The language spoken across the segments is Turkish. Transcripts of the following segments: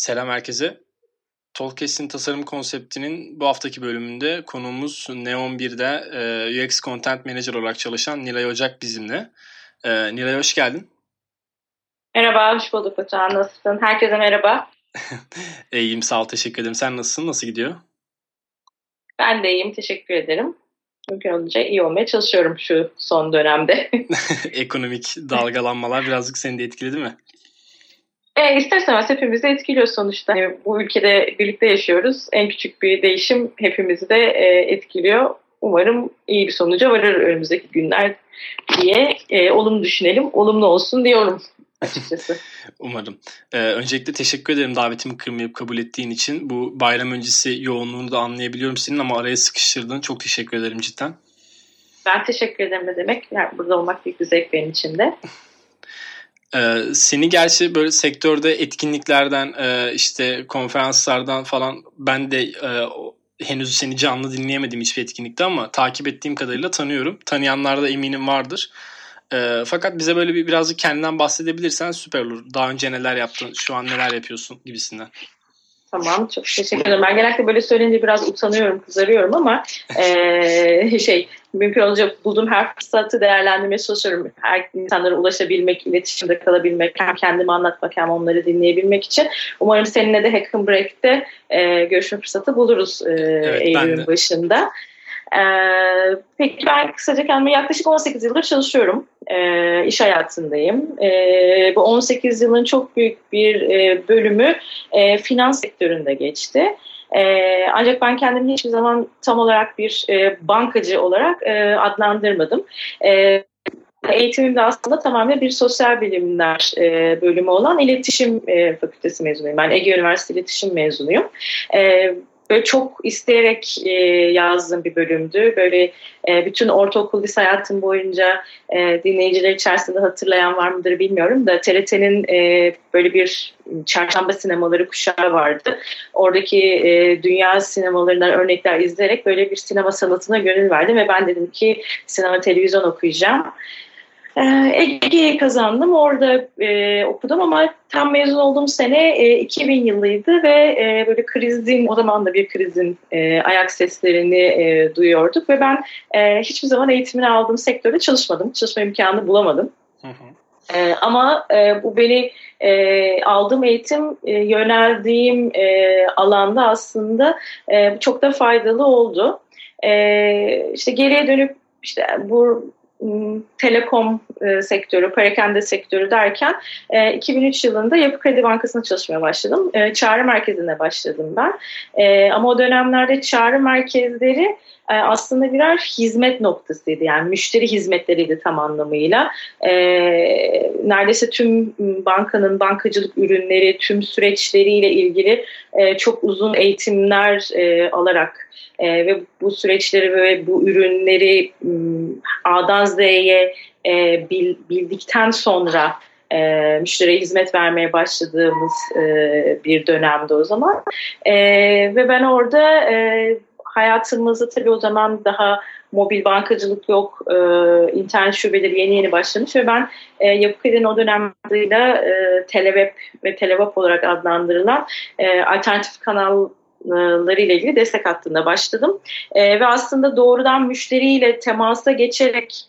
Selam herkese. Talkcast'in tasarım konseptinin bu haftaki bölümünde konuğumuz Neon 1'de UX Content Manager olarak çalışan Nilay Ocak bizimle. Nilay hoş geldin. Merhaba, hoş bulduk Batuhan. Nasılsın? Herkese merhaba. İyiyim, sağ ol, teşekkür ederim. Sen nasılsın? Nasıl gidiyor? Ben de iyiyim, teşekkür ederim. Mümkün olunca iyi olmaya çalışıyorum şu son dönemde. Ekonomik dalgalanmalar birazcık seni de etkiledi mi? İster istemez hepimizi etkiliyor sonuçta. Yani bu ülkede birlikte yaşıyoruz. En küçük bir değişim hepimizi de etkiliyor. Umarım iyi bir sonuca varır önümüzdeki günler diye olumlu düşünelim. Olumlu olsun diyorum açıkçası. Umarım. Öncelikle teşekkür ederim davetimi kırmayıp kabul ettiğin için. Bu bayram öncesi yoğunluğunu da anlayabiliyorum senin ama araya sıkıştırdın. Çok teşekkür ederim cidden. Ben teşekkür ederim ne demek. Yani burada olmak büyük bir zevk benim için de. Seni gerçi böyle sektörde etkinliklerden işte konferanslardan falan ben de henüz seni canlı dinleyemedim hiçbir etkinlikte ama takip ettiğim kadarıyla tanıyorum. Tanıyanlar da eminim vardır. Fakat bize böyle birazcık kendinden bahsedebilirsen süper olur. Daha önce neler yaptın, şu an neler yapıyorsun gibisinden. Tamam, çok teşekkür ederim. Ben genellikle böyle söyleyince biraz utanıyorum, kızarıyorum ama mümkün olunca bulduğum her fırsatı değerlendirmeye çalışıyorum. Her insanlara ulaşabilmek, iletişimde kalabilmek, hem kendimi anlatmak hem onları dinleyebilmek için. Umarım seninle de Hack and Break'te görüşme fırsatı buluruz Eylül'ün başında. Peki ben kısaca kendime yaklaşık 18 yıldır çalışıyorum. İş hayatındayım. Bu 18 yılın çok büyük bir bölümü finans sektöründe geçti. Ancak ben kendimi hiçbir zaman tam olarak bir bankacı olarak adlandırmadım. Eğitimim de aslında tamamen bir sosyal bilimler bölümü olan iletişim fakültesi mezunuyum. Ben Ege Üniversitesi İletişim mezunuyum. Böyle çok isteyerek yazdığım bir bölümdü. Böyle bütün ortaokul lise hayatım boyunca dinleyiciler içerisinde hatırlayan var mıdır bilmiyorum da TRT'nin böyle bir çarşamba sinemaları kuşağı vardı. Oradaki dünya sinemalarından örnekler izleyerek böyle bir sinema sanatına gönül verdim ve ben dedim ki sinema televizyon okuyacağım. Ege'yi kazandım. Orada okudum ama tam mezun olduğum sene 2000 yılıydı ve böyle o zaman da bir krizin ayak seslerini duyuyorduk ve ben hiçbir zaman eğitimini aldığım sektörde çalışmadım. Çalışma imkanı bulamadım. Hı hı. Ama bu beni aldığım eğitim yöneldiğim alanda aslında çok da faydalı oldu. İşte geriye dönüp işte bu telekom sektörü, perakende sektörü derken 2003 yılında Yapı Kredi Bankası'nda çalışmaya başladım. Çağrı merkezine başladım ben. Ama o dönemlerde çağrı merkezleri aslında birer hizmet noktasıydı. Yani müşteri hizmetleriydi tam anlamıyla. Neredeyse tüm bankanın bankacılık ürünleri, tüm süreçleriyle ilgili çok uzun eğitimler alarak ve bu süreçleri ve bu ürünleri A'dan Z'ye bildikten sonra müşteriye hizmet vermeye başladığımız bir dönemde o zaman. Ve ben orada hayatımızda tabii o zaman daha mobil bankacılık yok, internet şubeleri yeni başlamış ve ben Yapı Kredi'nin o dönemleriyle Teleweb ve Telewap olarak adlandırılan alternatif kanallarıyla ilgili destek hattında başladım. Ve aslında doğrudan müşteriyle temasa geçerek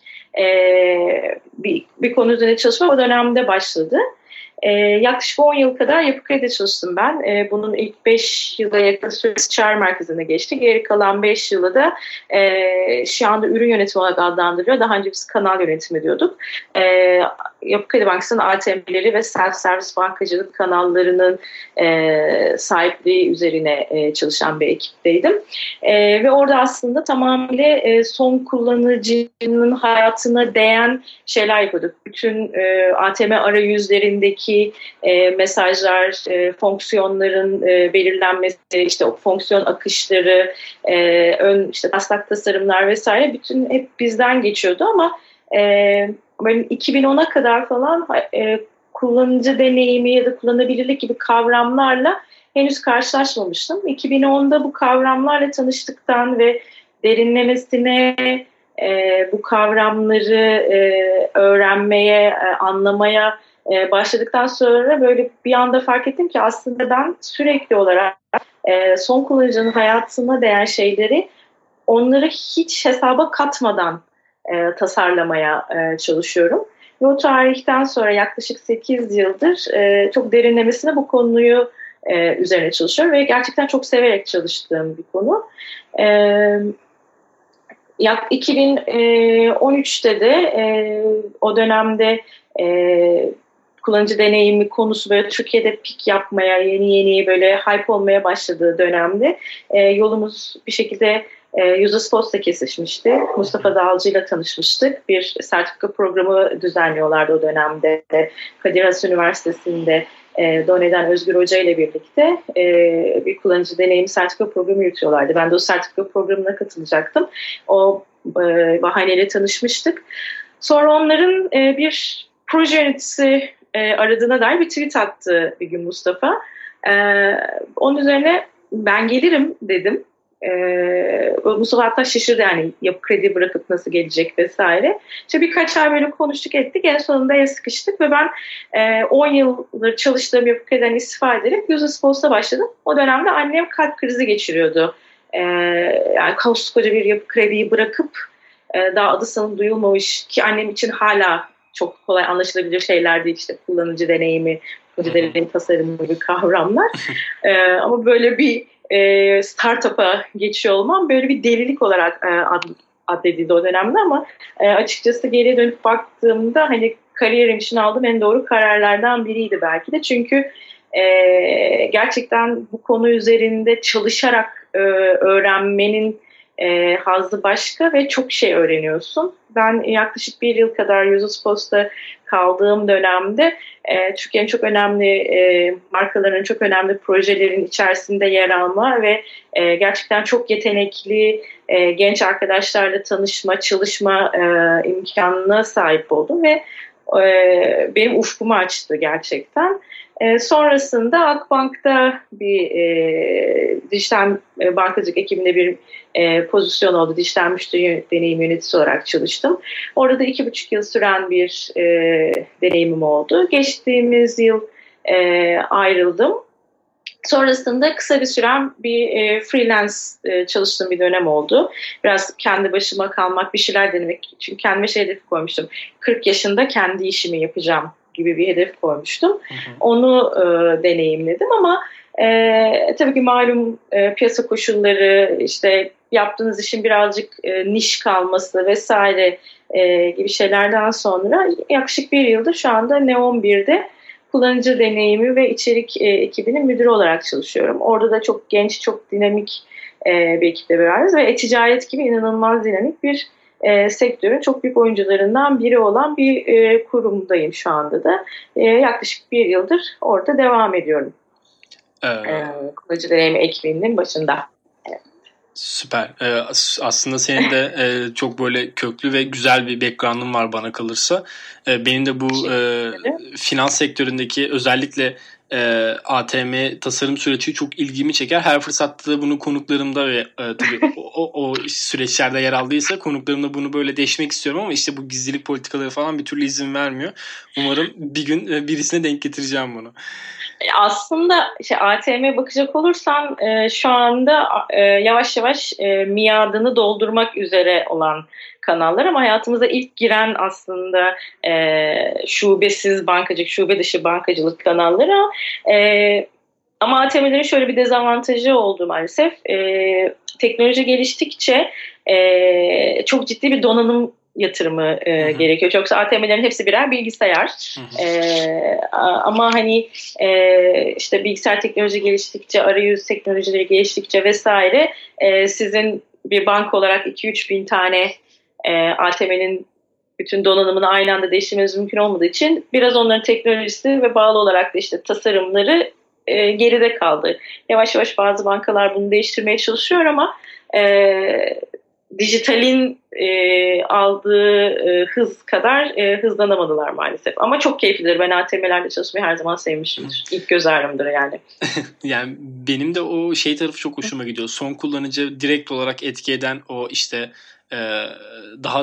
bir konu üzerine çalışma o dönemde başladı. Yaklaşık 10 yıl kadar Yapı Kredi'de çalıştım ben. Bunun ilk 5 yıla yakın süresi çağrı merkezine geçti. Geri kalan 5 yılı da şu anda ürün yönetimi olarak adlandırılıyor. Daha önce biz kanal yönetimi diyorduk. Yapı Kredi Bankası'nın ATM'leri ve self-service bankacılık kanallarının sahipliği üzerine çalışan bir ekipteydim. Ve orada aslında tamamıyla son kullanıcının hayatına değen şeyler yapıyorduk. Bütün ATM arayüzlerindeki mesajlar, fonksiyonların belirlenmesi, işte o fonksiyon akışları, işte taslak tasarımlar vesaire bütün hep bizden geçiyordu ama ben 2010'a kadar falan kullanıcı deneyimi ya da kullanılabilirlik gibi kavramlarla henüz karşılaşmamıştım. 2010'da bu kavramlarla tanıştıktan ve derinlemesine bu kavramları öğrenmeye, anlamaya başladıktan sonra böyle bir anda fark ettim ki aslında ben sürekli olarak son kullanıcının hayatına değen şeyleri onları hiç hesaba katmadan tasarlamaya çalışıyorum. Ve o tarihten sonra yaklaşık 8 yıldır çok derinlemesine bu konuyu üzerine çalışıyorum ve gerçekten çok severek çalıştığım bir konu. 2013'te de o dönemde kullanıcı deneyimi konusu böyle Türkiye'de pik yapmaya, yeni böyle hype olmaya başladığı dönemde yolumuz bir şekilde Userspace'da kesişmişti. Mustafa Dağlıcı ile tanışmıştık. Bir sertifika programı düzenliyorlardı o dönemde. Kadir Has Üniversitesi'nde Done'den Özgür Hoca ile birlikte bir kullanıcı deneyimi sertifika programı yürütüyorlardı. Ben de o sertifika programına katılacaktım. O bahaneyle tanışmıştık. Sonra onların bir proje yöneticisi aradığına dair bir tweet attı bir gün Mustafa. Onun üzerine ben gelirim dedim. Mustafa hatta şaşırdı yani yapı kredi bırakıp nasıl gelecek vesaire. İşte birkaç ay böyle konuştuk ettik. En sonunda el sıkıştık ve ben 10 yıldır çalıştığım yapı krediden istifa ederek Userspace'da başladım. O dönemde annem kalp krizi geçiriyordu. Yani koskoca bir yapı krediyi bırakıp daha adı sanı duyulmamış ki annem için hala çok kolay anlaşılabilir şeyler değil, işte kullanıcı deneyimi, kullanıcı deneyimi tasarımı gibi kavramlar. Ama böyle bir startup'a geçiyor olmam böyle bir delilik olarak addedildi o dönemde ama açıkçası geriye dönüp baktığımda hani kariyerim için aldığım en doğru kararlardan biriydi belki de. Çünkü gerçekten bu konu üzerinde çalışarak öğrenmenin hazzı başka ve çok şey öğreniyorsun. Ben yaklaşık 1 yıl kadar Userspace'da kaldığım dönemde Türkiye'nin çok önemli markaların, çok önemli projelerin içerisinde yer alma ve gerçekten çok yetenekli genç arkadaşlarla tanışma, çalışma imkanına sahip oldum ve benim ufkumu açtı gerçekten. Sonrasında Akbank'ta bir dijital bankacılık ekibinde bir pozisyon oldu. Dijital müşteri deneyim yöneticisi olarak çalıştım. Orada da 2,5 yıl süren bir deneyimim oldu. Geçtiğimiz yıl ayrıldım. Sonrasında kısa bir süren bir freelance çalıştığım bir dönem oldu. Biraz kendi başıma kalmak, bir şeyler denemek. Çünkü kendime hedef koymuştum. 40 yaşında kendi işimi yapacağım gibi bir hedef koymuştum. Onu deneyimledim ama tabii ki malum piyasa koşulları, işte yaptığınız işin birazcık niş kalması vesaire gibi şeylerden sonra yaklaşık 1 yıldır şu anda Neon 1'de kullanıcı deneyimi ve içerik ekibinin müdürü olarak çalışıyorum. Orada da çok genç, çok dinamik bir ekiple beraberiz ve e-ticaret gibi inanılmaz dinamik bir sektörün çok büyük oyuncularından biri olan bir kurumdayım şu anda da. Yaklaşık 1 yıldır orada devam ediyorum. Kullanıcı deneyimi ekibinin başında. Evet. Süper. Aslında senin de çok böyle köklü ve güzel bir background'un var bana kalırsa. Benim de bu finans sektöründeki özellikle ATM tasarım süreci çok ilgimi çeker. Her fırsatta da bunu konuklarımda ve tabii o süreçlerde yer aldıysa konuklarımda bunu böyle deşmek istiyorum ama işte bu gizlilik politikaları falan bir türlü izin vermiyor. Umarım bir gün birisine denk getireceğim bunu. Aslında ATM'ye bakacak olursan şu anda yavaş yavaş miadını doldurmak üzere olan kanallar ama hayatımıza ilk giren aslında şubesiz bankacılık, şube dışı bankacılık kanalları. Ama ATM'lerin şöyle bir dezavantajı oldu maalesef. Teknoloji geliştikçe çok ciddi bir donanım yatırımı gerekiyor. Yoksa ATM'lerin hepsi birer bilgisayar. Ama hani işte bilgisayar teknoloji geliştikçe, arayüz teknolojileri geliştikçe vesaire sizin bir banka olarak 2-3 bin tane ATM'nin bütün donanımını aynı anda değiştirmeniz mümkün olmadığı için biraz onların teknolojisi ve bağlı olarak da işte tasarımları geride kaldı. Yavaş yavaş bazı bankalar bunu değiştirmeye çalışıyor ama dijitalin aldığı hız kadar hızlanamadılar maalesef. Ama çok keyiflidir. Ben ATM'lerde çalışmayı her zaman sevmişimdir. İlk göz ağrımdır yani. Yani benim de o tarafı çok hoşuma gidiyor. Son kullanıcı direkt olarak etki eden o işte daha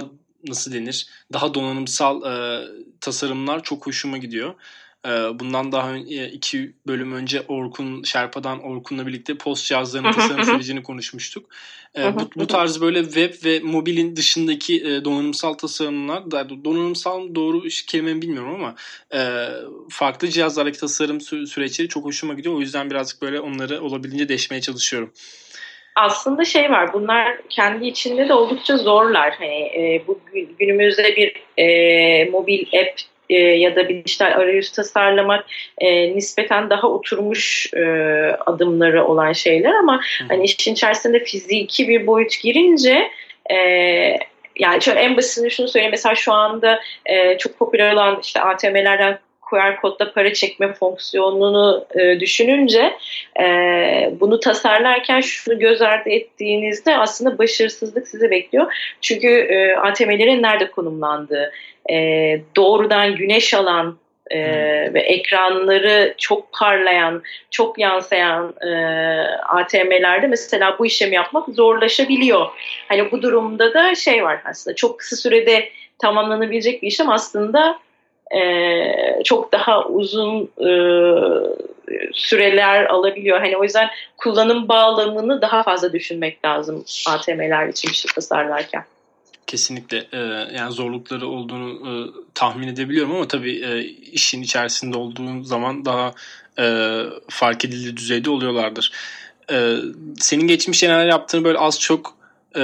nasıl denir, daha donanımsal tasarımlar çok hoşuma gidiyor. Bundan daha 2 bölüm önce Orkun'la birlikte post cihazlarının tasarım sürecini konuşmuştuk. Bu tarz böyle web ve mobilin dışındaki donanımsal tasarımlar, donanımsal doğru kelime bilmiyorum ama farklı cihazlardaki tasarım süreçleri çok hoşuma gidiyor. O yüzden birazcık böyle onları olabildiğince deşmeye çalışıyorum. Aslında var, bunlar kendi içinde de oldukça zorlar. Hani bu günümüzde bir mobil app ya da bir dijital arayüz tasarlamak nispeten daha oturmuş adımları olan şeyler ama hani işin içerisinde fiziki bir boyut girince yani şöyle en basitini şunu söyleyeyim, mesela şu anda çok popüler olan işte ATM'lerden QR kodla para çekme fonksiyonunu düşününce bunu tasarlarken şunu göz ardı ettiğinizde aslında başarısızlık sizi bekliyor. Çünkü ATM'lerin nerede konumlandığı, doğrudan güneş alan ve ekranları çok parlayan, çok yansıyan ATM'lerde mesela bu işlemi yapmak zorlaşabiliyor. Hani bu durumda da var aslında, çok kısa sürede tamamlanabilecek bir işlem aslında çok daha uzun süreler alabiliyor. Hani o yüzden kullanım bağlamını daha fazla düşünmek lazım ATM'ler için bir şey tasarlarken. Kesinlikle yani zorlukları olduğunu tahmin edebiliyorum ama tabii işin içerisinde olduğun zaman daha fark edilir düzeyde oluyorlardır. Senin geçmişte neler yaptığını böyle az çok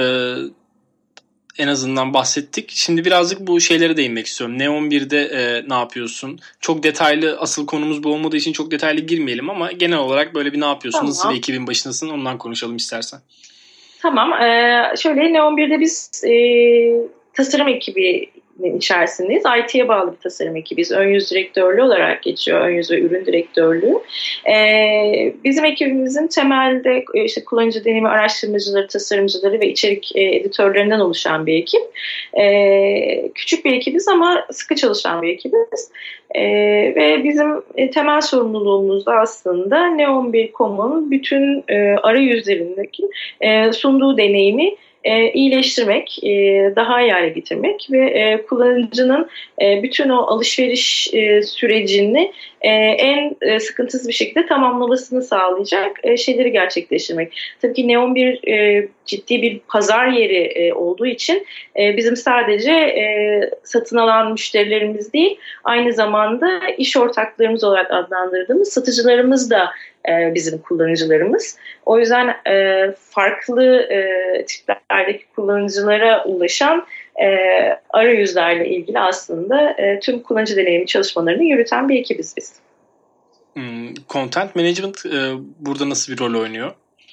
en azından bahsettik. Şimdi birazcık bu şeylere değinmek istiyorum. Neon 1'de ne yapıyorsun? Çok detaylı, asıl konumuz bu olmadığı için çok detaylı girmeyelim ama genel olarak böyle bir ne yapıyorsun? Tamam. Nasıl bir ekibin başındasın? Ondan konuşalım istersen. Tamam. Şöyle Neon 1'de biz tasarım ekibinin içerisindeyiz. IT'ye bağlı bir tasarım ekibiz. Ön yüz direktörlüğü olarak geçiyor. Ön yüz ve ürün direktörlüğü. Bizim ekibimizin temelde işte kullanıcı deneyimi araştırmacıları, tasarımcıları ve içerik editörlerinden oluşan bir ekip. Küçük bir ekibiz ama sıkı çalışan bir ekibiz. Ve bizim temel sorumluluğumuz da aslında Neon1.com'un bütün arayüzlerindeki sunduğu deneyimi iyileştirmek, daha iyi hale getirmek ve kullanıcının bütün o alışveriş sürecini en sıkıntısız bir şekilde tamamlamasını sağlayacak şeyleri gerçekleştirmek. Tabii ki Neon ciddi bir pazar yeri olduğu için bizim sadece satın alan müşterilerimiz değil, aynı zamanda iş ortaklarımız olarak adlandırdığımız satıcılarımız da bizim kullanıcılarımız. O yüzden farklı tiplerdeki kullanıcılara ulaşan arayüzlerle ilgili aslında tüm kullanıcı deneyimi çalışmalarını yürüten bir ekibiz biz. Content Management burada nasıl bir rol oynuyor?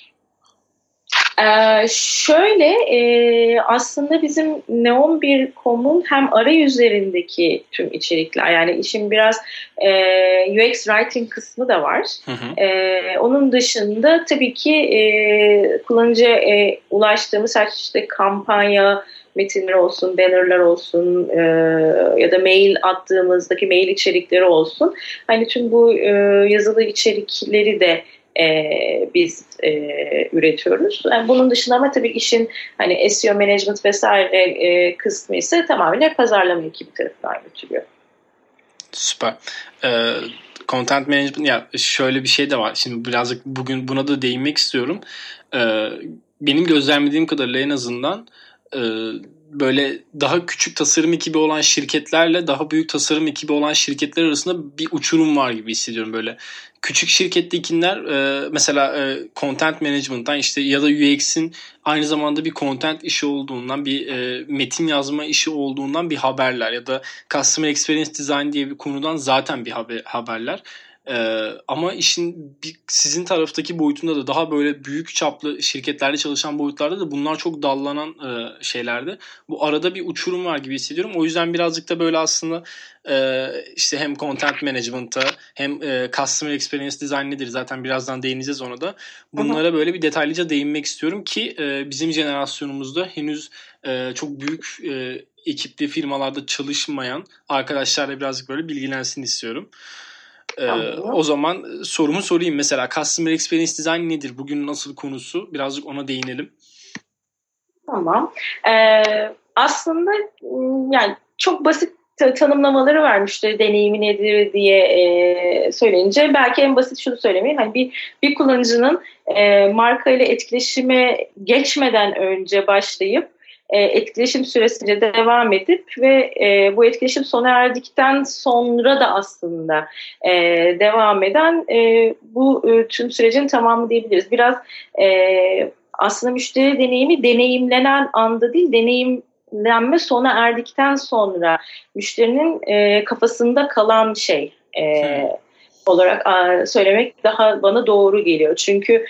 Aslında bizim Neon1.com'un hem arayüzlerindeki tüm içerikler, yani işin biraz UX writing kısmı da var. Onun dışında tabii ki kullanıcıya ulaştığımız işte kampanya metinler olsun, bannerlar olsun ya da mail attığımızdaki mail içerikleri olsun. Hani tüm bu yazılı içerikleri de biz üretiyoruz. Yani bunun dışında ama tabii işin hani SEO management vesaire kısmı ise tamamen pazarlama ekibi tarafından yürütülüyor. Süper. Content management, ya şöyle bir şey de var. Şimdi birazcık bugün buna da değinmek istiyorum. Benim gözlemlediğim kadarıyla en azından böyle daha küçük tasarım ekibi olan şirketlerle daha büyük tasarım ekibi olan şirketler arasında bir uçurum var gibi hissediyorum böyle. Küçük şirkettekiler mesela content management'tan işte ya da UX'in aynı zamanda bir content işi olduğundan, bir metin yazma işi olduğundan bir haberler ya da customer experience design diye bir konudan zaten bir haberler. Ama işin sizin taraftaki boyutunda da daha böyle büyük çaplı şirketlerde çalışan boyutlarda da bunlar çok dallanan şeylerdi. Bu arada bir uçurum var gibi hissediyorum. O yüzden birazcık da böyle aslında işte hem content management'a hem customer experience design nedir zaten birazdan değineceğiz ona da. Bunlara böyle bir detaylıca değinmek istiyorum ki bizim jenerasyonumuzda henüz çok büyük ekipli firmalarda çalışmayan arkadaşlarla birazcık böyle bilgilensin istiyorum. O zaman sorumu sorayım. Mesela Customer Experience Design nedir? Bugünün asıl konusu. Birazcık ona değinelim. Tamam. Aslında yani çok basit tanımlamaları var müşteri deneyimi nedir diye söyleyince belki en basit şunu söylemeyeyim. Hani bir kullanıcının marka ile etkileşime geçmeden önce başlayıp etkileşim süresince devam edip ve bu etkileşim sona erdikten sonra da aslında devam eden bu tüm sürecin tamamı diyebiliriz. Biraz aslında müşteri deneyimi deneyimlenen anda değil, deneyimlenme sona erdikten sonra müşterinin kafasında kalan şey olarak söylemek daha bana doğru geliyor. Çünkü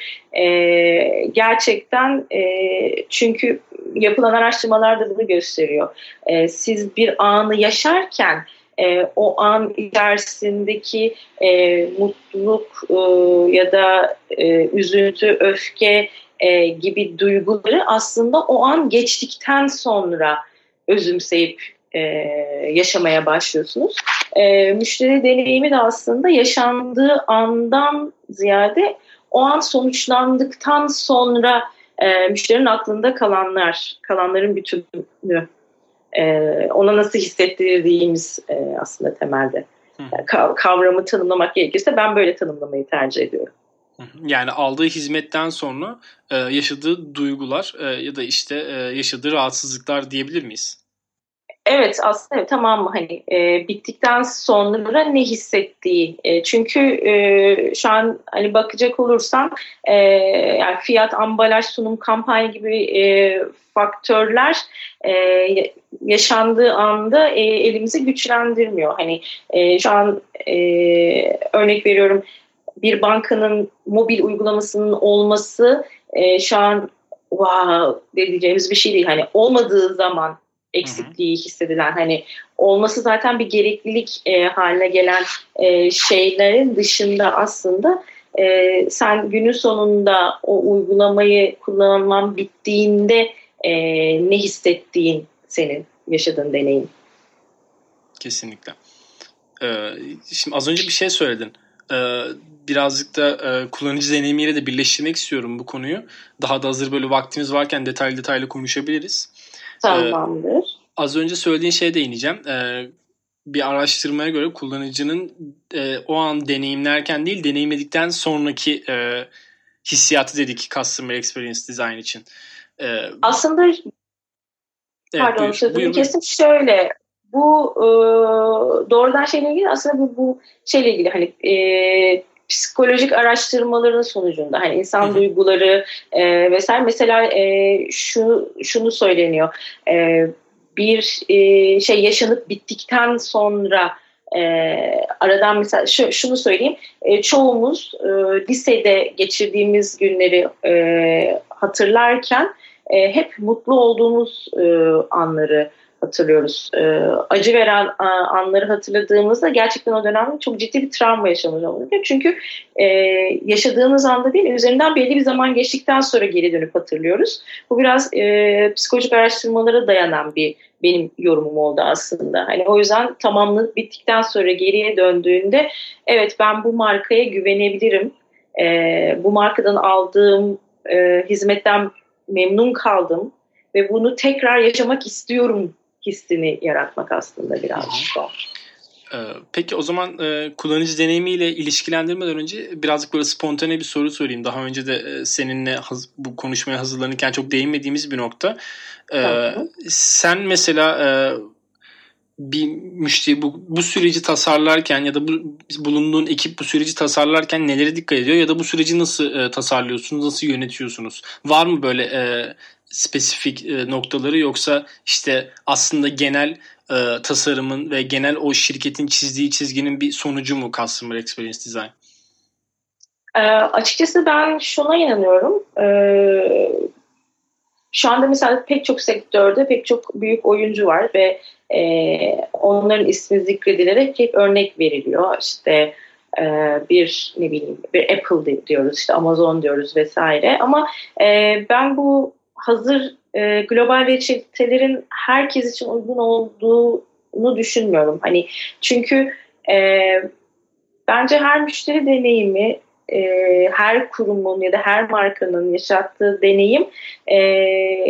gerçekten çünkü yapılan araştırmalar da bunu gösteriyor. Siz bir anı yaşarken o an içerisindeki mutluluk ya da üzüntü, öfke gibi duyguları aslında o an geçtikten sonra özümseyip yaşamaya başlıyorsunuz. Müşteri deneyimi de aslında yaşandığı andan ziyade o an sonuçlandıktan sonra müşterinin aklında kalanların bütünü. Ona nasıl hissettirdiğimiz aslında temelde. Kavramı tanımlamak gerekirse ben böyle tanımlamayı tercih ediyorum. Yani aldığı hizmetten sonra yaşadığı duygular ya da işte yaşadığı rahatsızlıklar diyebilir miyiz? Evet, aslında tamam mı hani bittikten sonra ne hissettiği çünkü şu an hani bakacak olursam yani fiyat, ambalaj, sunum, kampanya gibi faktörler yaşandığı anda elimizi güçlendirmiyor. Hani şu an örnek veriyorum, bir bankanın mobil uygulamasının olması şu an wow diyeceğimiz bir şey değil. Hani olmadığı zaman eksikliği hissedilen, hani olması zaten bir gereklilik haline gelen şeylerin dışında aslında sen günün sonunda o uygulamayı kullanman bittiğinde ne hissettiğin senin yaşadığın deneyim. Kesinlikle. Şimdi az önce bir şey söyledin. Birazcık da kullanıcı deneyimiyle de birleştirmek istiyorum bu konuyu. Daha da hazır böyle vaktimiz varken detaylı konuşabiliriz. Tamamdır. Az önce söylediğin şeye değineceğim. Bir araştırmaya göre kullanıcının o an deneyimlerken değil, deneyimledikten sonraki hissiyatı dedik Customer Experience Design için. Aslında pardon, sözünü kestim. Şöyle, bu doğrudan şeyle ilgili, aslında bu şeyle ilgili hani psikolojik araştırmaların sonucunda hani insan duyguları vesaire, mesela şunu söyleniyor, bir şey yaşanıp bittikten sonra aradan mesela şunu söyleyeyim, çoğumuz lisede geçirdiğimiz günleri hatırlarken hep mutlu olduğumuz anları hatırlıyoruz. Acı veren anları hatırladığımızda gerçekten o dönemde çok ciddi bir travma yaşamış oluyor. Çünkü yaşadığımız anda değil, üzerinden belli bir zaman geçtikten sonra geri dönüp hatırlıyoruz. Bu biraz psikolojik araştırmalara dayanan benim yorumum oldu aslında. Hani o yüzden tamamlanıp bittikten sonra geriye döndüğünde evet, ben bu markaya güvenebilirim. Bu markadan aldığım hizmetten memnun kaldım ve bunu tekrar yaşamak istiyorum hissini yaratmak aslında birazcık da. Peki o zaman kullanıcı deneyimiyle ilişkilendirmeden önce birazcık böyle spontane bir soru sorayım. Daha önce de seninle bu konuşmaya hazırlanırken çok değinmediğimiz bir nokta. Sen mesela bir müşteri bu süreci tasarlarken ya da bulunduğun ekip bu süreci tasarlarken nelere dikkat ediyor ya da bu süreci nasıl tasarlıyorsunuz, nasıl yönetiyorsunuz? Var mı böyle spesifik noktaları, yoksa işte aslında genel tasarımın ve genel o şirketin çizdiği çizginin bir sonucu mu Customer Experience Design? Açıkçası ben şuna inanıyorum. Şu anda mesela pek çok sektörde pek çok büyük oyuncu var ve onların ismi zikredilerek hep örnek veriliyor. İşte bir Apple diyoruz, işte Amazon diyoruz vesaire. Ama ben bu hazır global reçetelerin herkes için uygun olduğunu düşünmüyorum. Hani çünkü bence her müşteri deneyimi, her kurumun ya da her markanın yaşattığı deneyim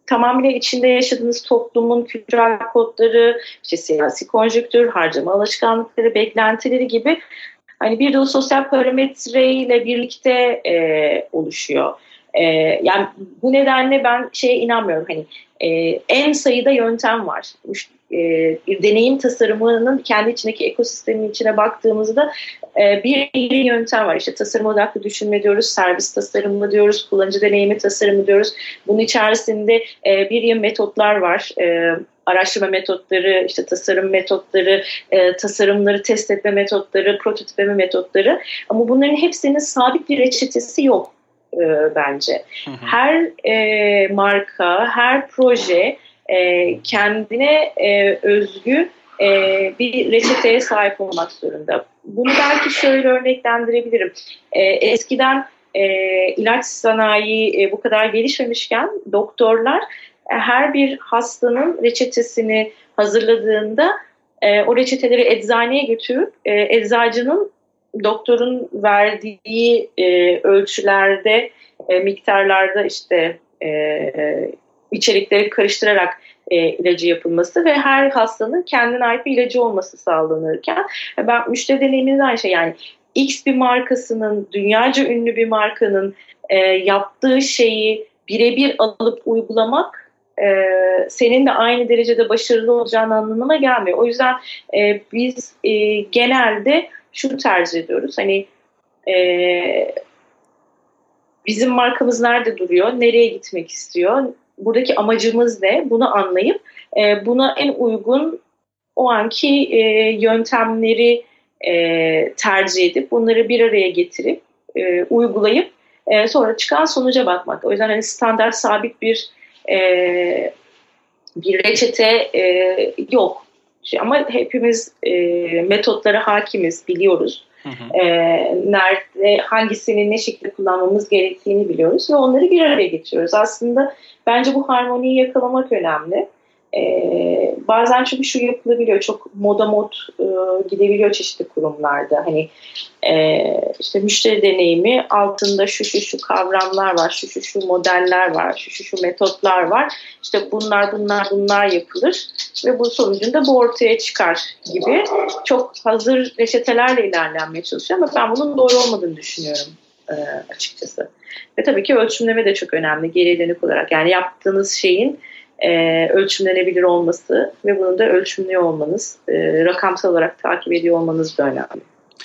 tamamıyla içinde yaşadığınız toplumun kültürel kodları, işte siyasi konjüktür, harcama alışkanlıkları, beklentileri gibi hani bir de o sosyal parametreyle birlikte oluşuyor. Yani bu nedenle ben şeye inanmıyorum. Hani en sayıda yöntem var. Bir deneyim tasarımının kendi içindeki ekosistemin içine baktığımızda bir yöntem var. İşte tasarım odaklı düşünme diyoruz, servis tasarımı diyoruz, kullanıcı deneyimi tasarımı diyoruz. Bunun içerisinde bir metotlar var. Araştırma metotları, işte tasarım metotları, tasarımları test etme metotları, prototipleme metotları. Ama bunların hepsinin sabit bir reçetesi yok bence. Her marka, her proje kendine özgü bir reçeteye sahip olmak zorunda. Bunu belki şöyle örneklendirebilirim. Eskiden ilaç sanayi bu kadar gelişmemişken doktorlar her bir hastanın reçetesini hazırladığında o reçeteleri eczaneye götürüp eczacının doktorun verdiği ölçülerde, miktarlarda işte içerikleri karıştırarak ilacı yapılması ve her hastanın kendine ait bir ilacı olması sağlanırken ben müşteri deneyiminde aynı şey, yani X bir markasının, dünyaca ünlü bir markanın yaptığı şeyi birebir alıp uygulamak senin de aynı derecede başarılı olacağın anlamına gelmiyor. O yüzden biz genelde şunu tercih ediyoruz. Hani bizim markamız nerede duruyor, nereye gitmek istiyor, buradaki amacımız ne, bunu anlayıp buna en uygun o anki yöntemleri tercih edip bunları bir araya getirip uygulayıp sonra çıkan sonuca bakmak. O yüzden hani standart sabit bir reçete yok. Ama hepimiz metotlara hakimiz, biliyoruz. Nerede, hangisini ne şekilde kullanmamız gerektiğini biliyoruz ve onları bir araya getiriyoruz. Aslında bence bu harmoniyi yakalamak önemli. Bazen çünkü şu yapılabiliyor, çok moda gidebiliyor çeşitli kurumlarda. Hani işte müşteri deneyimi altında şu kavramlar var, şu modeller var, şu metotlar var. İşte bunlar yapılır ve bu sonucunda bu ortaya çıkar gibi çok hazır reçetelerle ilerlenmeye çalışıyor ama ben bunun doğru olmadığını düşünüyorum açıkçası. Ve tabii ki ölçümleme de çok önemli geri dönük olarak. Yani yaptığınız şeyin ölçümlenebilir olması ve bunu da ölçümlüyor olmanız, rakamsal olarak takip ediyor olmanız da önemli.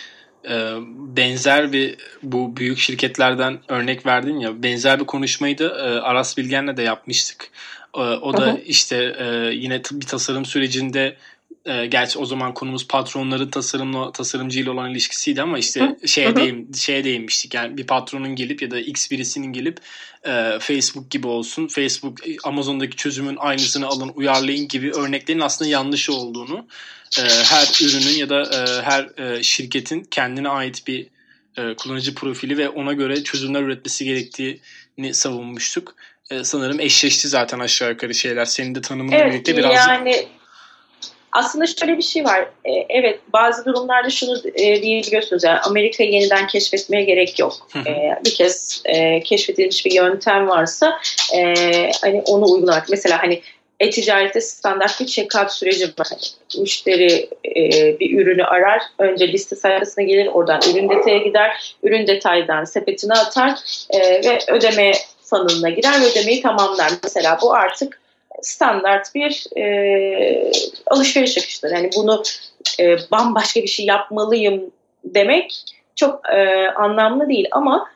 Benzer bir, bu büyük şirketlerden örnek verdin ya, benzer bir konuşmayı da Aras Bilgen'le de yapmıştık. O da işte yine bir tasarım sürecinde, gerçi o zaman konumuz patronların tasarımcıyla olan ilişkisiydi ama işte şeye değinmiştik. Yani bir patronun gelip ya da X birisinin gelip Facebook gibi olsun, Facebook Amazon'daki çözümün aynısını alın, uyarlayın gibi örneklerin aslında yanlış olduğunu, her ürünün ya da her şirketin kendine ait bir kullanıcı profili ve ona göre çözümler üretmesi gerektiğini savunmuştuk. Sanırım eşleşti zaten aşağı yukarı şeyler. Senin de tanımınla birlikte birazcık. Yani aslında şöyle bir şey var. Evet, bazı durumlarda şunu diyebiliyorsunuz. Yani Amerika'yı yeniden keşfetmeye gerek yok. Bir kez keşfedilmiş bir yöntem varsa hani onu uygulamak. Mesela hani e-ticarette standart bir check-out süreci var. Müşteri bir ürünü arar. Önce liste sayfasına gelir. Oradan ürün detaya gider. Ürün detaydan sepetine atar ve ödeme funnel'ına girer ve ödemeyi tamamlar. Mesela bu artık standart bir alışveriş akışıdır. Yani bunu bambaşka bir şey yapmalıyım demek çok anlamlı değil ama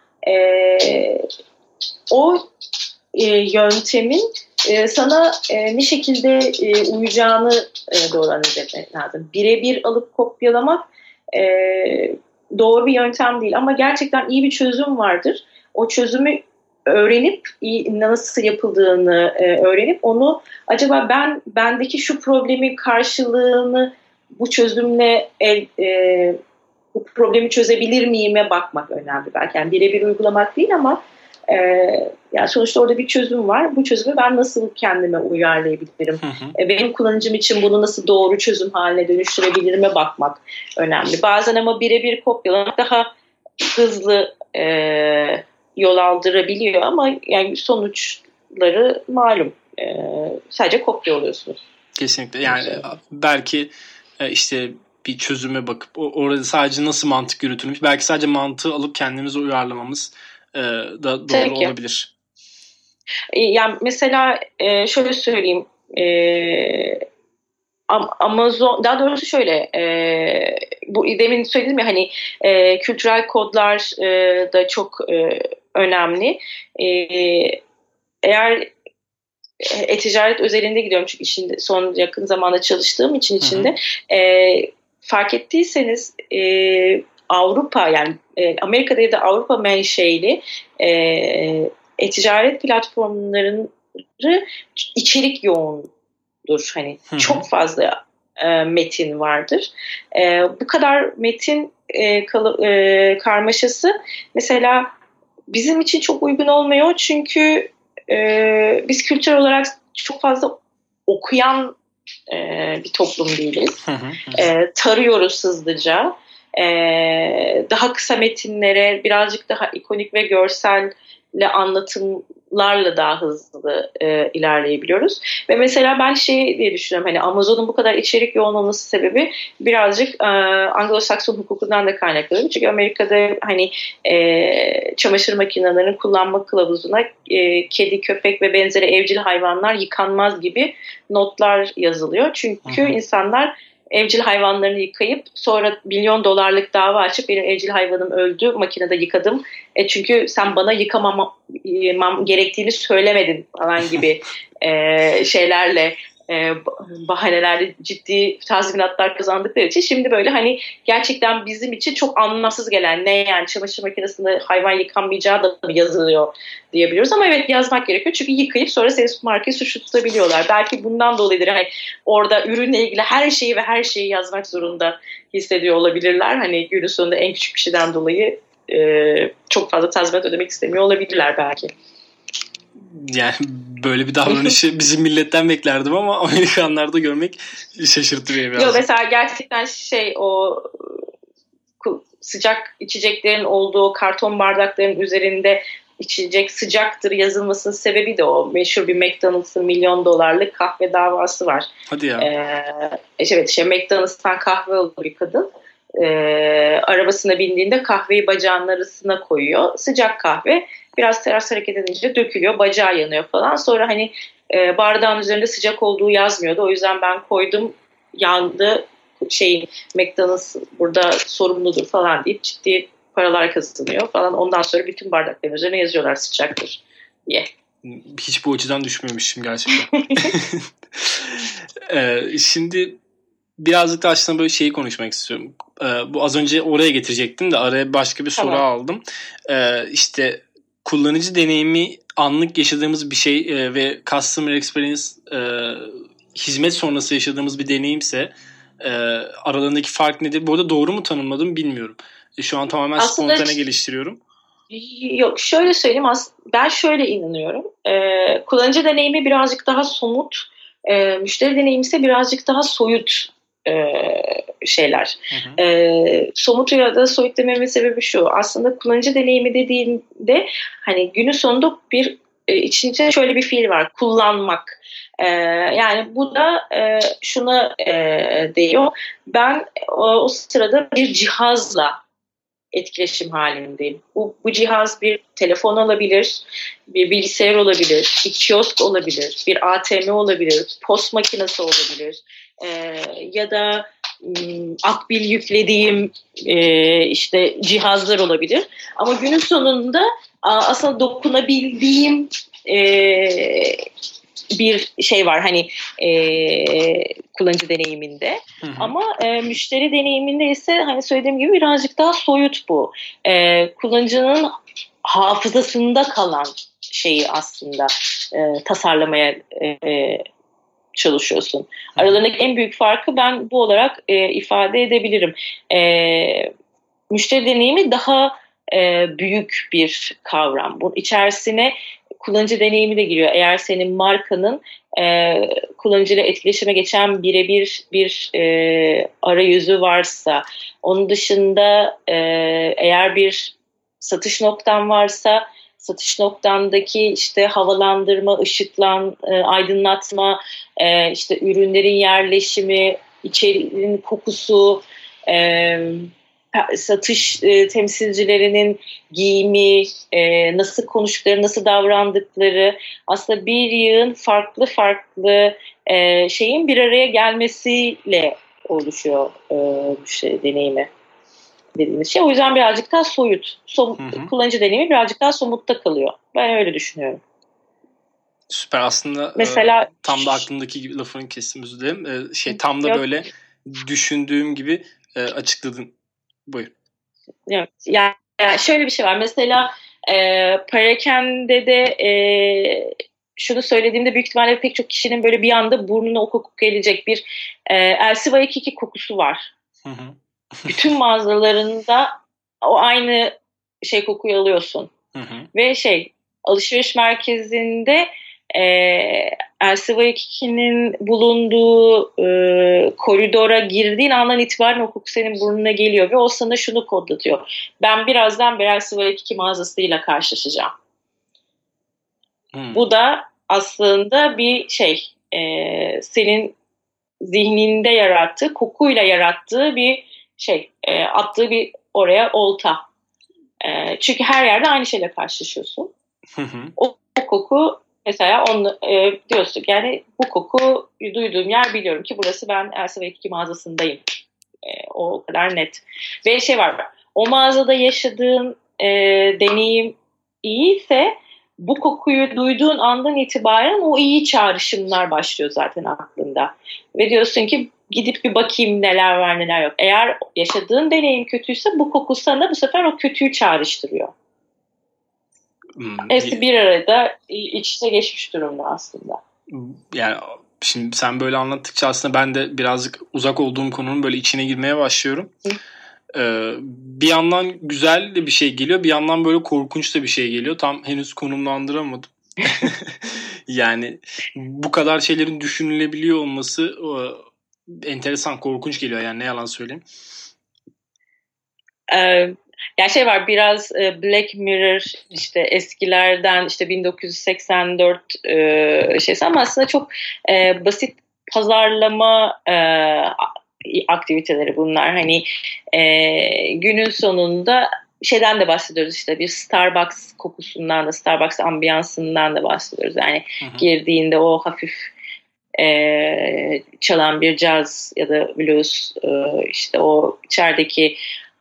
o yöntemin sana ne şekilde uyacağını doğru analiz etmek lazım. Birebir alıp kopyalamak doğru bir yöntem değil ama gerçekten iyi bir çözüm vardır. O çözümü öğrenip nasıl yapıldığını öğrenip onu acaba bendeki şu problemin karşılığını bu çözümle bu problemi çözebilir miyime bakmak önemli belki. Yani birebir uygulamak değil ama yani sonuçta orada bir çözüm var. Bu çözümü ben nasıl kendime uyarlayabilirim? Benim kullanıcım için bunu nasıl doğru çözüm haline dönüştürebilirime bakmak önemli. Bazen ama birebir kopyalamak daha hızlı yol aldırabiliyor ama yani sonuçları malum. sadece kopya oluyorsunuz. Kesinlikle. Yani belki işte bir çözüme bakıp orada sadece nasıl mantık yürütülmüş, belki sadece mantığı alıp kendimize uyarlamamız da doğru olabilir. Yani mesela şöyle söyleyeyim, Amazon, daha doğrusu şöyle, bu demin söyledim ya hani kültürel kodlar da çok önemli. Eğer e-ticaret özelinde gidiyorum çünkü işin son yakın zamanda çalıştığım için içinde fark ettiyseniz Avrupa, yani Amerika değil de Avrupa menşeli e-ticaret platformları içerik yoğundur. Hani çok fazla metin vardır. Bu kadar metin karmaşası mesela bizim için çok uygun olmuyor çünkü biz kültürel olarak çok fazla okuyan bir toplum değiliz. Tarıyoruz hızlıca. Daha kısa metinlere, birazcık daha ikonik ve görselle anlatımlarla daha hızlı ilerleyebiliyoruz. Ve mesela ben diye düşünüyorum, hani Amazon'un bu kadar içerik yoğun olması sebebi birazcık Anglo-Sakson hukukundan da kaynaklanıyor. Çünkü Amerika'da hani çamaşır makinelerinin kullanma kılavuzuna kedi, köpek ve benzeri evcil hayvanlar yıkanmaz gibi notlar yazılıyor. Çünkü insanlar evcil hayvanlarını yıkayıp sonra $1 milyon dava açıp benim evcil hayvanım öldü, makinede yıkadım. Çünkü sen bana yıkamam gerektiğini söylemedin falan gibi şeylerle, bahanelerle ciddi tazminatlar kazandıkları için şimdi böyle hani gerçekten bizim için çok anlamsız gelen, ne yani çamaşır makinesinde hayvan yıkanmayacağı da mı yazılıyor diyebiliyoruz, ama evet yazmak gerekiyor çünkü yıkayıp sonra seni markayı suçlu tutabiliyorlar. Belki bundan dolayıdır hani orada ürünle ilgili her şeyi yazmak zorunda hissediyor olabilirler. Hani günün sonunda en küçük bir şeyden dolayı çok fazla tazminat ödemek istemiyor olabilirler belki. Yani böyle bir davranışı bizim milletten beklerdim ama Amerikanlarda görmek şaşırttı beni biraz. Yok, mesela gerçekten o sıcak içeceklerin olduğu karton bardakların üzerinde içecek sıcaktır yazılmasının sebebi de o. Meşhur bir McDonald's'ın $1 milyon kahve davası var. Hadi ya. Evet, McDonald's'tan kahve alıyor bir kadın. Arabasına bindiğinde kahveyi bacağının arasına koyuyor. Sıcak kahve. Biraz teras hareket edince dökülüyor. Bacağı yanıyor falan. Sonra hani bardağın üzerinde sıcak olduğu yazmıyordu. O yüzden ben koydum, yandı. McDonald's burada sorumludur falan deyip ciddi paralar kazanıyor falan. Ondan sonra bütün bardakların üzerine yazıyorlar sıcaktır diye. Hiç bu açıdan düşünmemişim gerçekten. Şimdi birazcık da aslında böyle şeyi konuşmak istiyorum. Bu az önce oraya getirecektim de araya başka bir soru aldım. İşte kullanıcı deneyimi anlık yaşadığımız bir şey ve customer experience hizmet sonrası yaşadığımız bir deneyimse aralarındaki fark nedir? Bu arada doğru mu tanımladım bilmiyorum. Şu an tamamen aslında spontane geliştiriyorum. Yok, şöyle söyleyeyim. Ben şöyle inanıyorum. Kullanıcı deneyimi birazcık daha somut, müşteri deneyimi ise birazcık daha soyut şeyler. Somut ya da soyut dememin sebebi şu. Aslında kullanıcı deneyimi dediğinde hani günün sonunda bir içinde şöyle bir fiil var. Kullanmak. Yani bu da şuna değiyor. Ben o sırada bir cihazla etkileşim halindeyim. Bu cihaz bir telefon olabilir, bir bilgisayar olabilir, bir kiosk olabilir, bir ATM olabilir, post makinesi olabilir ya da akbil yüklediğim işte cihazlar olabilir. Ama günün sonunda aslında dokunabildiğim bir şey var hani kullanıcı deneyiminde. Ama müşteri deneyiminde ise hani söylediğim gibi birazcık daha soyut bu. Kullanıcının hafızasında kalan şeyi aslında tasarlamaya çalışıyorsun. Aralarındaki en büyük farkı ben bu olarak ifade edebilirim. Müşteri deneyimi daha büyük bir kavram. Bunun içerisine kullanıcı deneyimi de giriyor. Eğer senin markanın kullanıcıyla etkileşime geçen birebir bir arayüzü varsa, onun dışında eğer bir satış noktan varsa satış noktandaki işte havalandırma, aydınlatma, işte ürünlerin yerleşimi, içeriğin kokusu, satış temsilcilerinin giyimi, nasıl konuştukları, nasıl davrandıkları, aslında bir yığın farklı şeyin bir araya gelmesiyle oluşuyor deneyimi dediğimiz şey. O yüzden birazcık daha soyut. Kullanıcı deneyimi birazcık daha somutta kalıyor. Ben öyle düşünüyorum. Süper. Aslında mesela tam da aklımdaki gibi, lafını kestim, özür dilerim. Tam da böyle düşündüğüm gibi açıkladın. Buyur. Yok. Yani şöyle bir şey var. Mesela Paraken'de de şunu söylediğimde büyük ihtimalle pek çok kişinin böyle bir anda burnuna o koku gelecek bir Elsi Waikiki kokusu var. Bütün mağazalarında o aynı kokuyu alıyorsun. Ve alışveriş merkezinde Elsi Waikiki'nin bulunduğu koridora girdiğin andan itibaren o koku senin burnuna geliyor ve o sana şunu kodlatıyor. Ben birazdan bir Elsi Waikiki mağazasıyla karşılaşacağım. Bu da aslında bir senin zihninde yarattığı, kokuyla yarattığı bir attığı bir oraya olta. Çünkü her yerde aynı şeyle karşılaşıyorsun. O koku mesela diyorsun yani bu koku duyduğum yer, biliyorum ki burası, ben Elsi Waikiki mağazasındayım. O kadar net. Ve var, o mağazada yaşadığın deneyim iyiyse bu kokuyu duyduğun andan itibaren o iyi çağrışımlar başlıyor zaten aklında. Ve diyorsun ki gidip bir bakayım neler var neler yok. Eğer yaşadığın deneyim kötüyse bu koku sana bu sefer o kötüyü çağrıştırıyor. Hepsi bir arada iç içe geçmiş durumda aslında. Yani şimdi sen böyle anlattıkça aslında ben de birazcık uzak olduğum konunun böyle içine girmeye başlıyorum. Bir yandan güzel de bir şey geliyor, bir yandan böyle korkunç da bir şey geliyor. Tam henüz konumlandıramadım. Yani bu kadar şeylerin düşünülebiliyor olması enteresan, korkunç geliyor yani, ne yalan söyleyeyim. Yani var biraz Black Mirror, işte eskilerden, işte 1984 ama aslında çok basit pazarlama aktiviteleri bunlar. Hani günün sonunda şeyden de bahsediyoruz, işte bir Starbucks kokusundan da, Starbucks ambiyansından da bahsediyoruz. Yani girdiğinde o hafif çalan bir caz ya da blues, işte o içerideki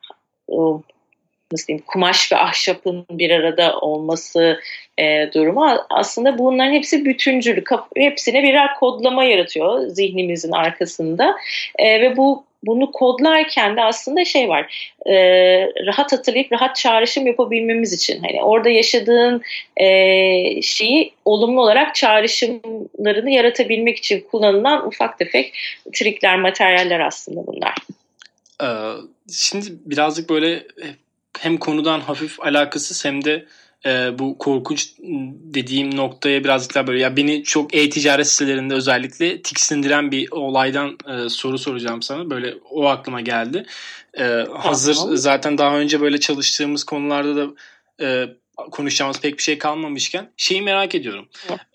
nasıl diyeyim, kumaş ve ahşapın bir arada olması durumu, aslında bunların hepsi bütüncül, hepsine birer kodlama yaratıyor zihnimizin arkasında ve bunu kodlarken de aslında var, rahat hatırlayıp rahat çağrışım yapabilmemiz için, hani orada yaşadığın şeyi olumlu olarak çağrışımlarını yaratabilmek için kullanılan ufak tefek trikler, materyaller aslında bunlar. Şimdi birazcık böyle hem konudan hafif alakasız hem de bu korkunç dediğim noktaya birazcık daha böyle, ya beni çok e-ticaret sitelerinde özellikle tiksindiren bir olaydan soru soracağım sana. Böyle o aklıma geldi. Hazır zaten daha önce böyle çalıştığımız konularda da konuşacağımız pek bir şey kalmamışken şeyi merak ediyorum.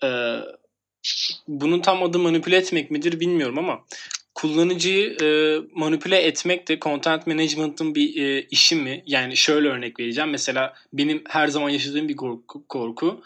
Bunun tam adı manipüle etmek midir bilmiyorum ama kullanıcıyı manipüle etmek de content management'ın bir işi mi? Yani şöyle örnek vereceğim. Mesela benim her zaman yaşadığım bir korku.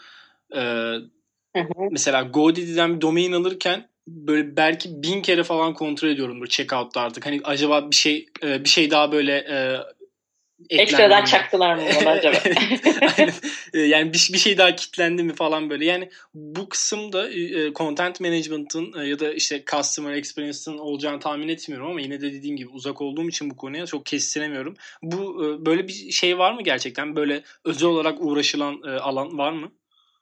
Mesela GoDaddy'den bir domain alırken böyle belki 1000 kere falan kontrol ediyorumdur checkout'ta artık. Hani acaba bir şey daha böyle ekstradan çaktılar mı acaba? Yani bir şey daha kilitlendi mi falan böyle. Yani bu kısımda content management'ın ya da işte customer experience'ın olacağını tahmin etmiyorum ama yine de dediğim gibi uzak olduğum için bu konuya çok kestiremiyorum. Bu böyle bir şey var mı gerçekten? Böyle özel olarak uğraşılan alan var mı?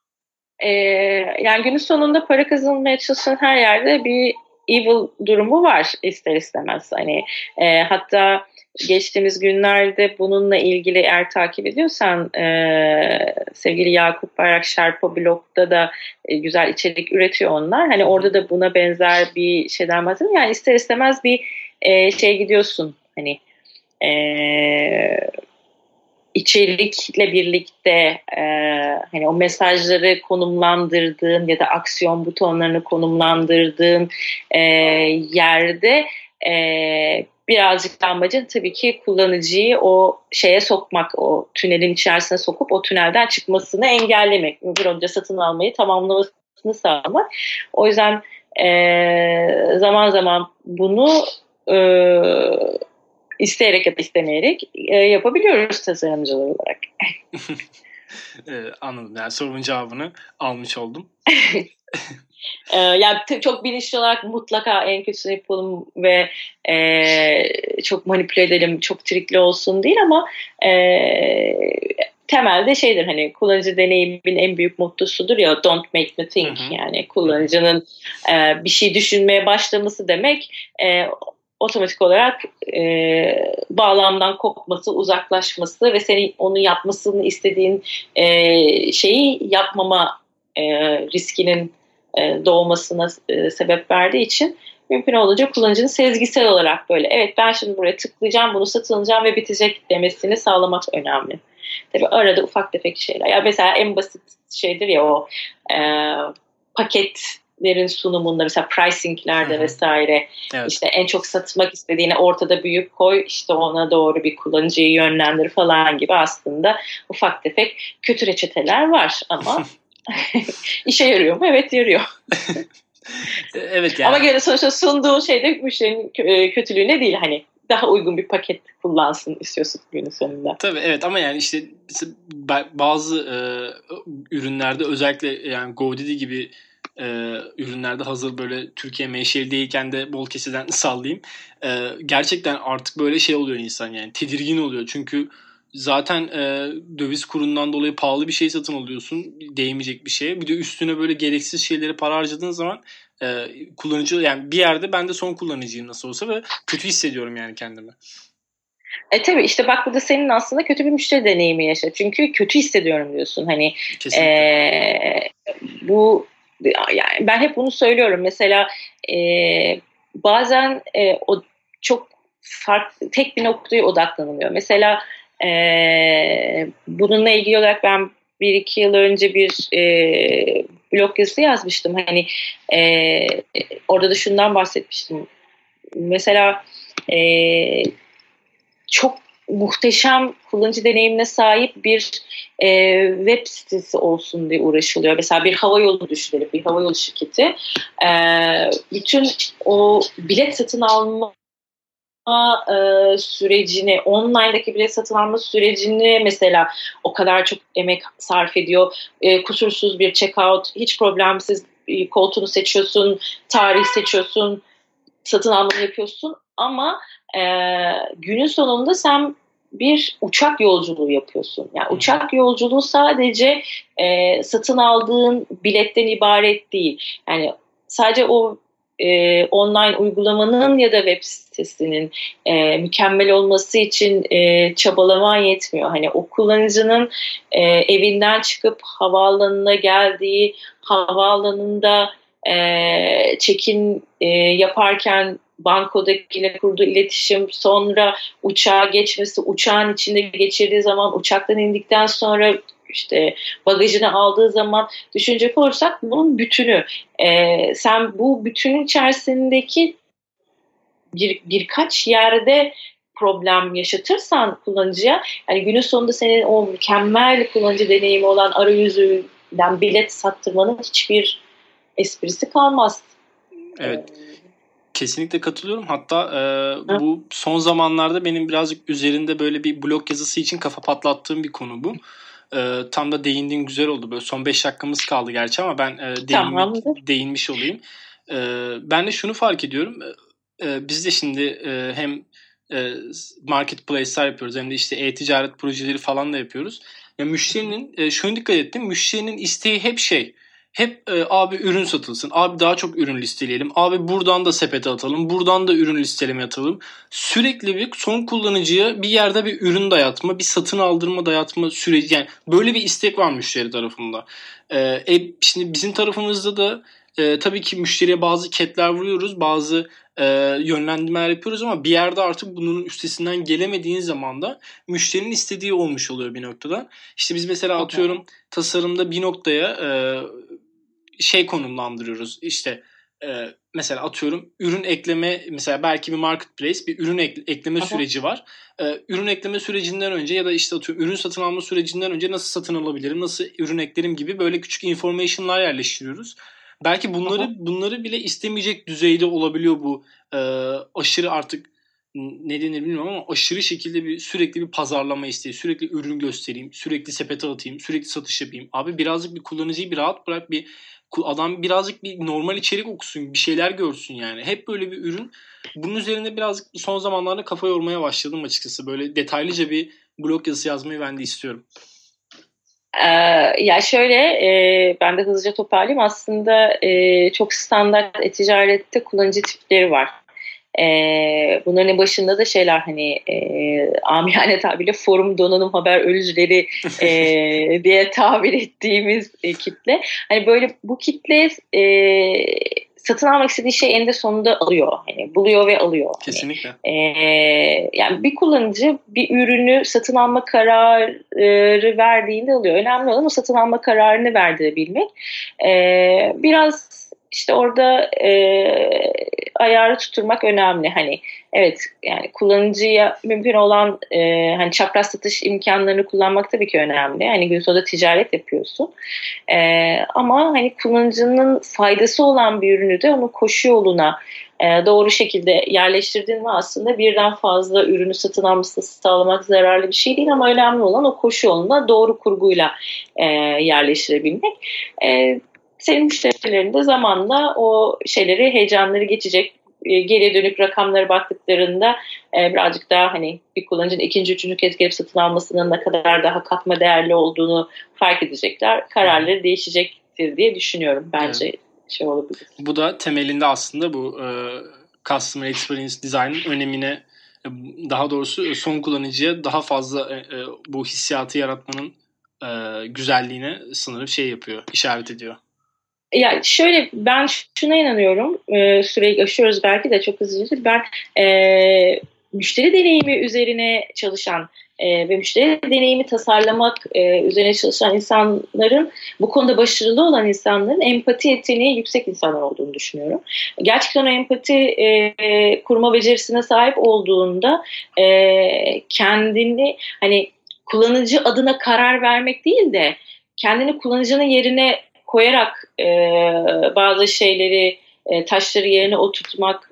Yani günün sonunda para kazanmaya çalışan her yerde bir evil durumu var ister istemez. Hani hatta geçtiğimiz günlerde bununla ilgili, eğer takip ediyorsan, sevgili Yakup Bayrak Şerpa blogda da güzel içerik üretiyor onlar. Hani orada da buna benzer bir şeyden bahsediyorum. Yani ister istemez bir gidiyorsun. Hani içerikle birlikte hani o mesajları konumlandırdığın ya da aksiyon butonlarını konumlandırdığın yerde birazcık da amacın tabii ki kullanıcıyı o şeye sokmak, o tünelin içerisine sokup o tünelden çıkmasını engellemek, bir önce satın almayı tamamlamasını sağlamak. O yüzden zaman zaman bunu isteyerek ya da istemeyerek yapabiliyoruz tasarımcılar olarak. Anladım. Yani sorumun cevabını almış oldum. Yani çok bilinçli olarak mutlaka en kötüsünü yapalım ve çok manipüle edelim, çok trikli olsun değil ama temelde şeydir, hani kullanıcı deneyimin en büyük mottosudur ya, don't make me think. Yani kullanıcının bir şey düşünmeye başlaması demek otomatik olarak bağlamdan kopması, uzaklaşması ve senin onu yapmasını istediğin şeyi yapmama riskinin doğmasına sebep verdiği için mümkün olduğunca kullanıcının sezgisel olarak böyle evet ben şimdi buraya tıklayacağım, bunu satın alacağım ve bitecek demesini sağlamak önemli. Tabii arada ufak tefek şeyler. Ya mesela en basit şeydir ya o paketlerin sunumunda mesela pricinglerde vesaire işte en çok satmak istediğini ortada büyük koy, işte ona doğru bir kullanıcıyı yönlendir falan gibi aslında ufak tefek kötü reçeteler var ama İşe yarıyor mu? Evet, yarıyor. Evet yani. Ama gene sonuçta sunduğu şey de müşterinin kötülüğüne değil, hani daha uygun bir paket kullansın istiyorsun günün sonunda. Tabii evet ama yani işte bazı ürünlerde özellikle yani GoDaddy gibi ürünlerde hazır böyle Türkiye menşeli değilken de bol keseden sallayayım. Gerçekten artık böyle şey oluyor insan, yani tedirgin oluyor çünkü zaten döviz kurundan dolayı pahalı bir şey satın alıyorsun, değmeyecek bir şeye. Bir de üstüne böyle gereksiz şeyleri para harcadığın zaman kullanıcı, yani bir yerde ben de son kullanıcıyım nasıl olsa ve kötü hissediyorum yani kendimi. Tabii işte bak burada senin aslında kötü bir müşteri deneyimi yaşa. Çünkü kötü hissediyorum diyorsun. Hani bu yani ben hep bunu söylüyorum. Mesela bazen o çok farklı tek bir noktaya odaklanılıyor. Mesela bununla ilgili olarak ben 1-2 yıl önce bir blog yazısı yazmıştım. Hani orada da şundan bahsetmiştim. Mesela çok muhteşem kullanıcı deneyimine sahip bir web sitesi olsun diye uğraşılıyor. Mesela bir havayolu düşünelim, bir havayolu şirketi. Bütün o bilet satın alma sürecini, online'daki bilet satın alma sürecini mesela o kadar çok emek sarf ediyor. Kusursuz bir checkout, hiç problemsiz koltuğunu seçiyorsun, tarih seçiyorsun, satın almanı yapıyorsun ama günün sonunda sen bir uçak yolculuğu yapıyorsun. Yani uçak yolculuğu sadece satın aldığın biletten ibaret değil. Yani sadece o online uygulamanın ya da web sitesinin mükemmel olması için çabalaman yetmiyor. Hani o kullanıcının evinden çıkıp havaalanına geldiği, havaalanında check-in yaparken bankodakiyle kurduğu iletişim, sonra uçağa geçmesi, uçağın içinde geçirdiği zaman, uçaktan indikten sonra işte bagajını aldığı zaman düşünecek olursak bunun bütünü. Sen bu bütünün içerisindeki birkaç yerde problem yaşatırsan kullanıcıya, yani günün sonunda senin o mükemmel kullanıcı deneyimi olan arayüzünden bilet sattırmanın hiçbir esprisi kalmaz. Evet. Kesinlikle katılıyorum. Hatta bu son zamanlarda benim birazcık üzerinde böyle bir blog yazısı için kafa patlattığım bir konu bu. Tam da değindiğin güzel oldu. Böyle son 5 dakikamız kaldı gerçi ama ben değinmiş olayım. Ben de şunu fark ediyorum. Biz de şimdi hem marketplace'ler yapıyoruz hem de işte e-ticaret projeleri falan da yapıyoruz. Ya müşterinin şuna dikkat ettim. Müşterinin isteği hep hep abi ürün satılsın. Abi daha çok ürün listeleyelim. Abi buradan da sepete atalım. Buradan da ürün listeleme atalım. Sürekli bir son kullanıcıya bir yerde bir ürün dayatma, bir satın aldırma dayatma süreci. Yani böyle bir istek var müşteri tarafında. Şimdi bizim tarafımızda da tabii ki müşteriye bazı ketler vuruyoruz, bazı yönlendirmeler yapıyoruz ama bir yerde artık bunun üstesinden gelemediğin zaman da müşterinin istediği olmuş oluyor bir noktada. İşte biz mesela atıyorum tasarımda bir noktaya konumlandırıyoruz. İşte mesela atıyorum ürün ekleme, mesela belki bir marketplace bir ürün ekleme süreci var. Ürün ekleme sürecinden önce ya da işte atıyorum ürün satın alma sürecinden önce nasıl satın alabilirim, nasıl ürün eklerim gibi böyle küçük information'lar yerleştiriyoruz. Belki bunları bile istemeyecek düzeyde olabiliyor bu aşırı, artık ne denir bilmiyorum ama aşırı şekilde sürekli bir pazarlama isteği, sürekli ürün göstereyim, sürekli sepete atayım, sürekli satış yapayım. Abi birazcık bir kullanıcıyı bir rahat bırak, adam birazcık bir normal içerik okusun, bir şeyler görsün yani. Hep böyle bir ürün. Bunun üzerine birazcık son zamanlarda kafa yormaya başladım açıkçası. Böyle detaylıca bir blog yazısı yazmayı ben de istiyorum. Ya şöyle, ben de hızlıca toparlayayım. Aslında çok standart e-ticarette kullanıcı tipleri var. Bunların başında da şeyler hani amiyane tabirle forum donanım haber ölücüleri diye tabir ettiğimiz kitle. Hani böyle bu kitle satın almak istediği şey eninde sonunda alıyor. Hani buluyor ve alıyor. Kesinlikle. Yani bir kullanıcı bir ürünü satın alma kararı verdiğinde alıyor. Önemli olan o satın alma kararını verdirebilmek. Biraz işte orada ayarı tutturmak önemli. Hani evet, yani kullanıcıya mümkün olan hani çapraz satış imkanlarını kullanmak tabii ki önemli. Hani gün sonunda ticaret yapıyorsun. Ama hani kullanıcının faydası olan bir ürünü de onun koşu yoluna doğru şekilde yerleştirdiğin ve aslında birden fazla ürünü satın almasını sağlamak zararlı bir şey değil ama önemli olan o koşu yoluna doğru kurguyla yerleştirebilmek. Senin müşterilerin de zamanla o şeyleri, heyecanları geçecek. Geriye dönük rakamlara baktıklarında birazcık daha hani bir kullanıcının ikinci, üçüncü kez gelip satın almasının ne kadar daha katma değerli olduğunu fark edecekler. Kararları değişecektir diye düşünüyorum. Bence şey olabilir. Bu da temelinde aslında bu Customer Experience Design'ın önemine, daha doğrusu son kullanıcıya daha fazla bu hissiyatı yaratmanın güzelliğine sanırım yapıyor, işaret ediyor. Ya şöyle, ben şuna inanıyorum, süreyi aşıyoruz belki de çok hızlıca. Ben müşteri deneyimi üzerine çalışan ve müşteri deneyimi tasarlamak üzerine çalışan insanların, bu konuda başarılı olan insanların empati yeteneği yüksek insanlar olduğunu düşünüyorum. Gerçekten o empati kurma becerisine sahip olduğunda kendini hani kullanıcı adına karar vermek değil de kendini kullanıcının yerine koyarak bazı şeyleri, taşları yerine oturtmak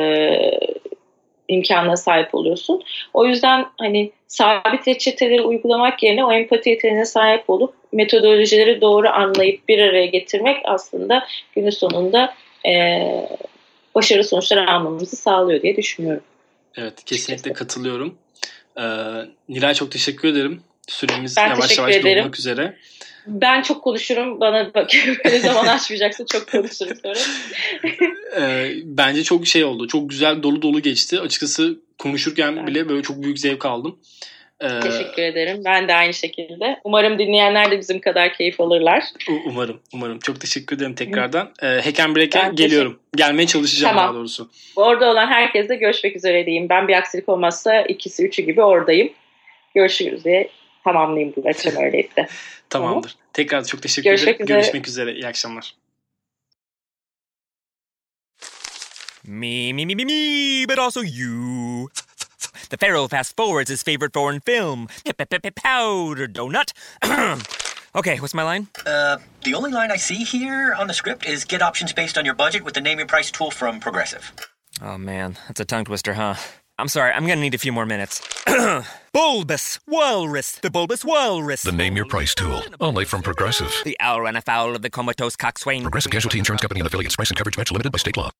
imkanına sahip oluyorsun. O yüzden hani sabit reçeteleri uygulamak yerine o empati yeteneğine sahip olup metodolojileri doğru anlayıp bir araya getirmek aslında günün sonunda başarılı sonuçlar almamızı sağlıyor diye düşünüyorum. Evet, kesinlikle katılıyorum. Nilay, çok teşekkür ederim. Süremiz yavaş yavaş dolmak üzere. Ben çok konuşurum. Bana bak, böyle zaman açmayacaksın. Çok konuşurum sonra. Bence çok oldu. Çok güzel, dolu dolu geçti. Açıkçası konuşurken bile böyle çok büyük zevk aldım. Teşekkür ederim. Ben de aynı şekilde. Umarım dinleyenler de bizim kadar keyif alırlar. Umarım. Çok teşekkür ederim tekrardan. Hack and Break'e geliyorum. Gelmeye çalışacağım daha doğrusu. Orada olan herkesle görüşmek üzere diyeyim. Ben bir aksilik olmazsa 2'si 3'ü gibi oradayım. Görüşürüz diye tamamlayayım bu açım öyleyse. Tamamdır. Tekrar çok teşekkür ederim. Görüşmek üzere. İyi akşamlar. Me, but also you. The Pharaoh fast forwards his favorite foreign film, Powder Donut. Okay, what's my line? The only line I see here on the script is get options based on your budget with the Name Your Price tool from Progressive. Oh man, that's a tongue twister, huh? I'm sorry, I'm gonna need a few more minutes. Bulbous Walrus, the Bulbous Walrus. The Name Your Price tool, only from Progressive. The owl ran afoul of the comatose coxswain. Progressive Casualty Insurance Company and affiliates. Price and coverage match limited by state law.